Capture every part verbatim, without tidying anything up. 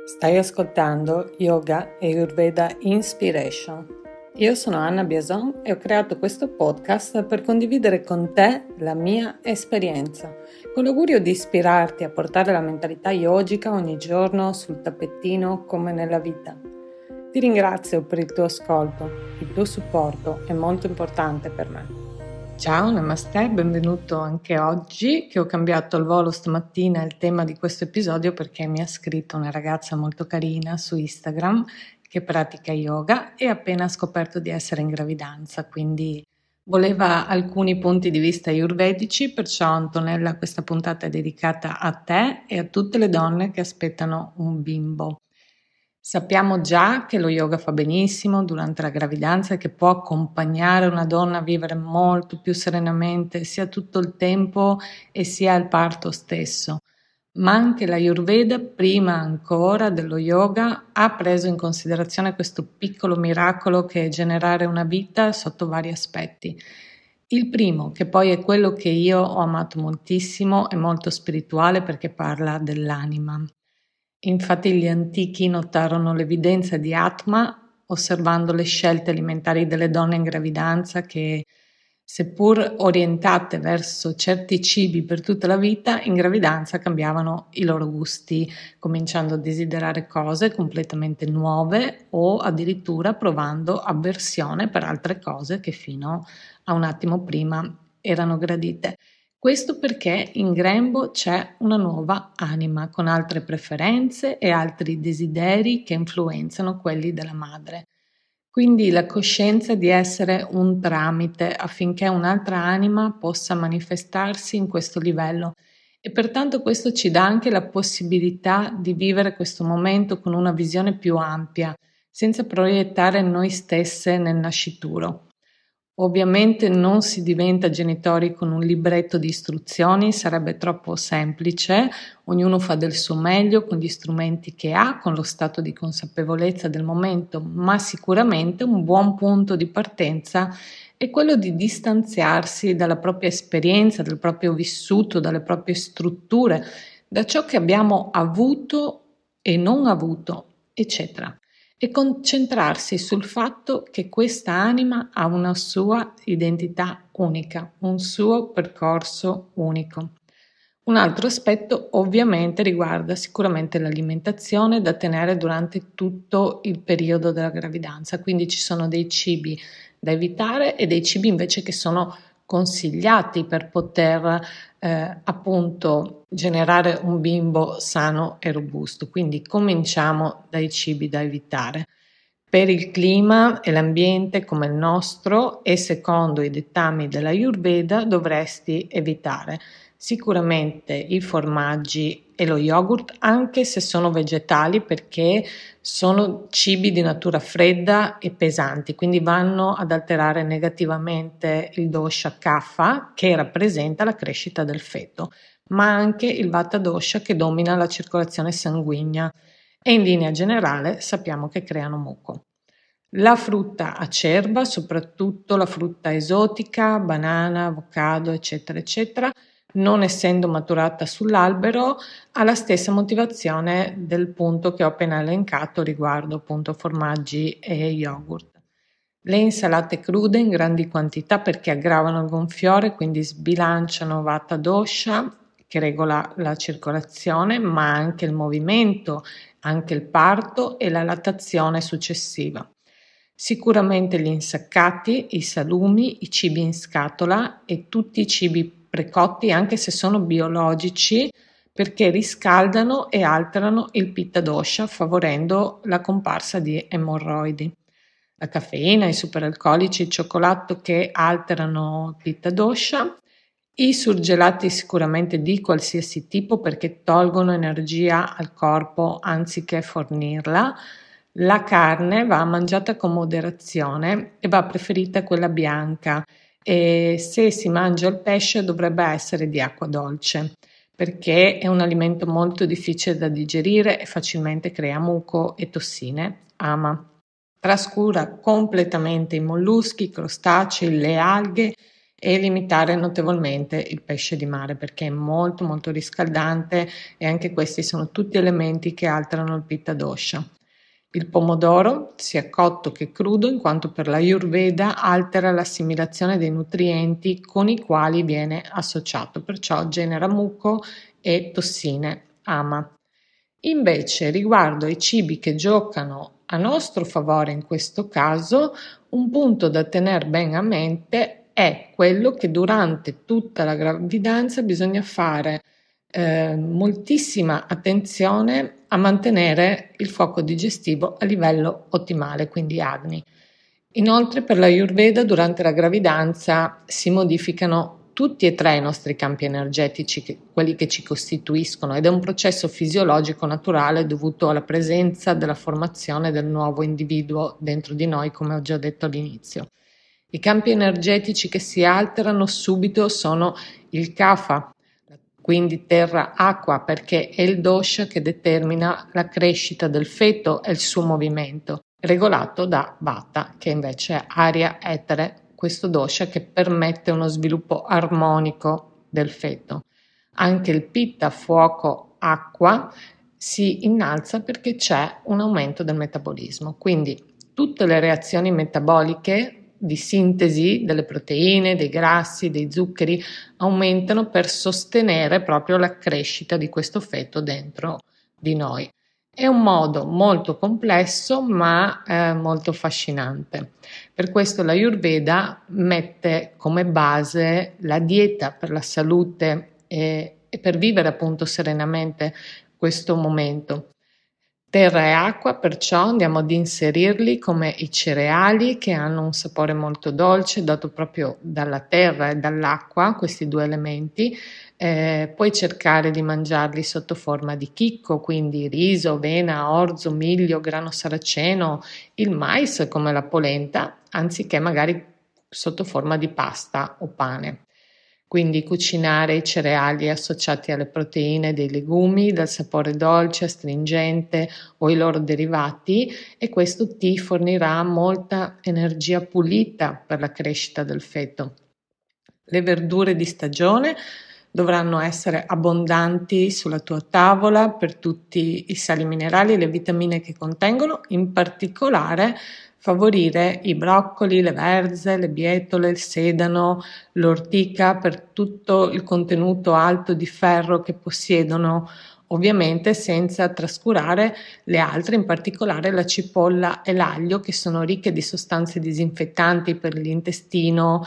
Stai ascoltando Yoga e Ayurveda Inspiration. Io sono Anna Biason e ho creato questo podcast per condividere con te la mia esperienza, con l'augurio di ispirarti a portare la mentalità yogica ogni giorno sul tappettino come nella vita. Ti ringrazio per il tuo ascolto, il tuo supporto è molto importante per me. Ciao, namaste, benvenuto anche oggi che ho cambiato al volo stamattina il tema di questo episodio perché mi ha scritto una ragazza molto carina su Instagram che pratica yoga e ha appena scoperto di essere in gravidanza, quindi voleva alcuni punti di vista ayurvedici, perciò Antonella questa puntata è dedicata a te e a tutte le donne che aspettano un bimbo. Sappiamo già che lo yoga fa benissimo durante la gravidanza e che può accompagnare una donna a vivere molto più serenamente sia tutto il tempo e sia il parto stesso. Ma anche l'Ayurveda, prima ancora dello yoga, ha preso in considerazione questo piccolo miracolo che è generare una vita sotto vari aspetti. Il primo, che poi è quello che io ho amato moltissimo, è molto spirituale perché parla dell'anima. Infatti gli antichi notarono l'evidenza di Atma osservando le scelte alimentari delle donne in gravidanza che, seppur orientate verso certi cibi per tutta la vita, in gravidanza cambiavano i loro gusti, cominciando a desiderare cose completamente nuove o addirittura provando avversione per altre cose che fino a un attimo prima erano gradite. Questo perché in grembo c'è una nuova anima con altre preferenze e altri desideri che influenzano quelli della madre. Quindi la coscienza di essere un tramite affinché un'altra anima possa manifestarsi in questo livello e pertanto questo ci dà anche la possibilità di vivere questo momento con una visione più ampia, senza proiettare noi stesse nel nascituro. Ovviamente non si diventa genitori con un libretto di istruzioni, sarebbe troppo semplice, ognuno fa del suo meglio con gli strumenti che ha, con lo stato di consapevolezza del momento, ma sicuramente un buon punto di partenza è quello di distanziarsi dalla propria esperienza, dal proprio vissuto, dalle proprie strutture, da ciò che abbiamo avuto e non avuto, eccetera. E concentrarsi sul fatto che questa anima ha una sua identità unica, un suo percorso unico. Un altro aspetto ovviamente riguarda sicuramente l'alimentazione da tenere durante tutto il periodo della gravidanza, quindi ci sono dei cibi da evitare e dei cibi invece che sono consigliati per poter eh, appunto generare un bimbo sano e robusto. Quindi cominciamo dai cibi da evitare. Per il clima e l'ambiente come il nostro e secondo i dettami dell'Ayurveda dovresti evitare sicuramente i formaggi e lo yogurt, anche se sono vegetali, perché sono cibi di natura fredda e pesanti, quindi vanno ad alterare negativamente il dosha kapha che rappresenta la crescita del feto, ma anche il vata dosha che domina la circolazione sanguigna e in linea generale sappiamo che creano muco. La frutta acerba, soprattutto la frutta esotica, banana, avocado, eccetera, eccetera, non essendo maturata sull'albero, ha la stessa motivazione del punto che ho appena elencato riguardo appunto formaggi e yogurt. Le insalate crude in grandi quantità perché aggravano il gonfiore, quindi sbilanciano vata dosha che regola la circolazione, ma anche il movimento, anche il parto e la lattazione successiva. Sicuramente gli insaccati, i salumi, i cibi in scatola e tutti i cibi precotti, anche se sono biologici, perché riscaldano e alterano il pitta dosha, favorendo la comparsa di emorroidi. La caffeina, i superalcolici, il cioccolato che alterano il pitta dosha, i surgelati sicuramente di qualsiasi tipo perché tolgono energia al corpo anziché fornirla. La carne va mangiata con moderazione e va preferita quella bianca e se si mangia il pesce dovrebbe essere di acqua dolce perché è un alimento molto difficile da digerire e facilmente crea muco e tossine. Ama. Trascura completamente i molluschi, i crostacei, le alghe e limitare notevolmente il pesce di mare perché è molto molto riscaldante e anche questi sono tutti elementi che alterano il pitta dosha. Il pomodoro sia cotto che crudo in quanto per la Ayurveda altera l'assimilazione dei nutrienti con i quali viene associato, perciò genera muco e tossine, ama. Invece riguardo ai cibi che giocano a nostro favore in questo caso, un punto da tenere ben a mente è quello che durante tutta la gravidanza bisogna fare eh, moltissima attenzione a mantenere il fuoco digestivo a livello ottimale, quindi Agni. Inoltre per l'Ayurveda durante la gravidanza si modificano tutti e tre i nostri campi energetici, che, quelli che ci costituiscono, ed è un processo fisiologico naturale dovuto alla presenza della formazione del nuovo individuo dentro di noi, come ho già detto all'inizio. I campi energetici che si alterano subito sono il kapha, quindi terra-acqua, perché è il dosha che determina la crescita del feto e il suo movimento, regolato da vata, che invece è aria-etere, questo dosha che permette uno sviluppo armonico del feto. Anche il pitta, fuoco, acqua, si innalza perché c'è un aumento del metabolismo. Quindi tutte le reazioni metaboliche di sintesi delle proteine, dei grassi, dei zuccheri aumentano per sostenere proprio la crescita di questo feto dentro di noi. È un modo molto complesso ma eh, molto affascinante. Per questo l'Ayurveda mette come base la dieta per la salute e, e per vivere appunto serenamente questo momento. Terra e acqua, perciò andiamo ad inserirli come i cereali che hanno un sapore molto dolce dato proprio dalla terra e dall'acqua, questi due elementi. Eh, puoi cercare di mangiarli sotto forma di chicco, quindi riso, avena, orzo, miglio, grano saraceno, il mais come la polenta, anziché magari sotto forma di pasta o pane. Quindi cucinare i cereali associati alle proteine dei legumi dal sapore dolce, astringente o i loro derivati, e questo ti fornirà molta energia pulita per la crescita del feto. Le verdure di stagione dovranno essere abbondanti sulla tua tavola per tutti i sali minerali e le vitamine che contengono, in particolare favorire i broccoli, le verze, le bietole, il sedano, l'ortica per tutto il contenuto alto di ferro che possiedono, ovviamente senza trascurare le altre, in particolare la cipolla e l'aglio, che sono ricche di sostanze disinfettanti per l'intestino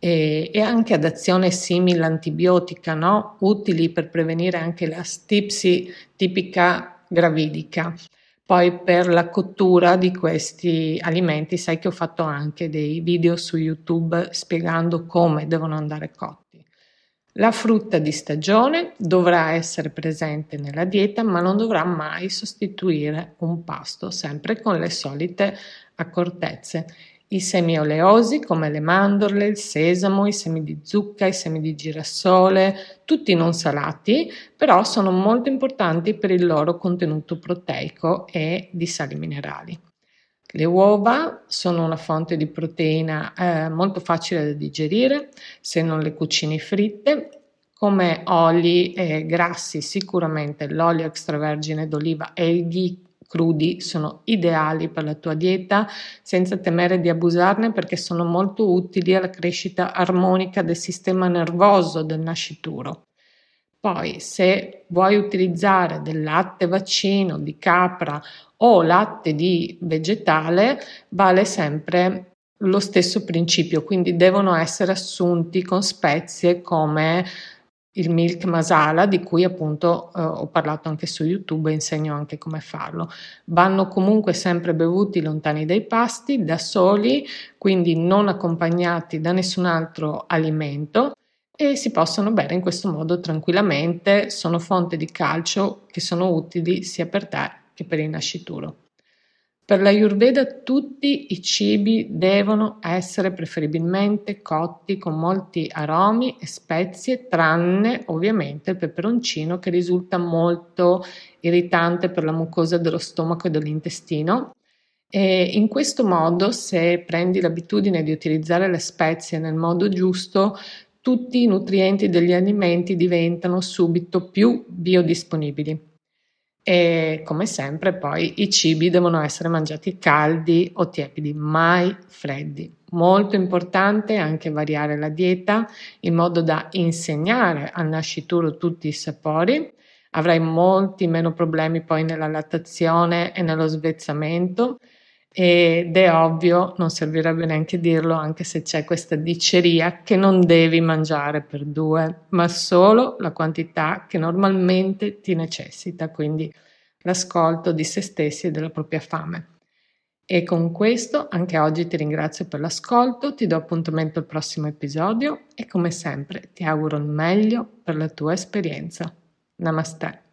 e, e anche ad azione simile antibiotica, no? Utili per prevenire anche la stipsi tipica gravidica. Poi per la cottura di questi alimenti, sai che ho fatto anche dei video su YouTube spiegando come devono andare cotti. La frutta di stagione dovrà essere presente nella dieta, ma non dovrà mai sostituire un pasto, sempre con le solite accortezze. I semi oleosi come le mandorle, il sesamo, i semi di zucca, i semi di girasole, tutti non salati, però sono molto importanti per il loro contenuto proteico e di sali minerali. Le uova sono una fonte di proteina eh, molto facile da digerire se non le cucini fritte. Come oli e grassi, sicuramente l'olio extravergine d'oliva e i ghee crudi sono ideali per la tua dieta, senza temere di abusarne perché sono molto utili alla crescita armonica del sistema nervoso del nascituro. Poi, se vuoi utilizzare del latte vaccino, di capra o latte di vegetale, vale sempre lo stesso principio, quindi devono essere assunti con spezie come il milk masala, di cui appunto eh, ho parlato anche su YouTube e insegno anche come farlo. Vanno comunque sempre bevuti lontani dai pasti, da soli, quindi non accompagnati da nessun altro alimento, e si possono bere in questo modo tranquillamente. Sono fonte di calcio che sono utili sia per te che per il nascituro. Per l'Ayurveda tutti i cibi devono essere preferibilmente cotti con molti aromi e spezie, tranne ovviamente il peperoncino, che risulta molto irritante per la mucosa dello stomaco e dell'intestino, E in questo modo, se prendi l'abitudine di utilizzare le spezie nel modo giusto, tutti i nutrienti degli alimenti diventano subito più biodisponibili. E come sempre poi i cibi devono essere mangiati caldi o tiepidi, mai freddi. Molto importante anche variare la dieta in modo da insegnare al nascituro tutti i sapori. Avrai molti meno problemi poi nella lattazione e nello svezzamento. Ed è ovvio, non servirebbe neanche dirlo, anche se c'è questa diceria, che non devi mangiare per due, ma solo la quantità che normalmente ti necessita, quindi l'ascolto di se stessi e della propria fame. E con questo anche oggi ti ringrazio per l'ascolto, ti do appuntamento al prossimo episodio e come sempre ti auguro il meglio per la tua esperienza. Namaste.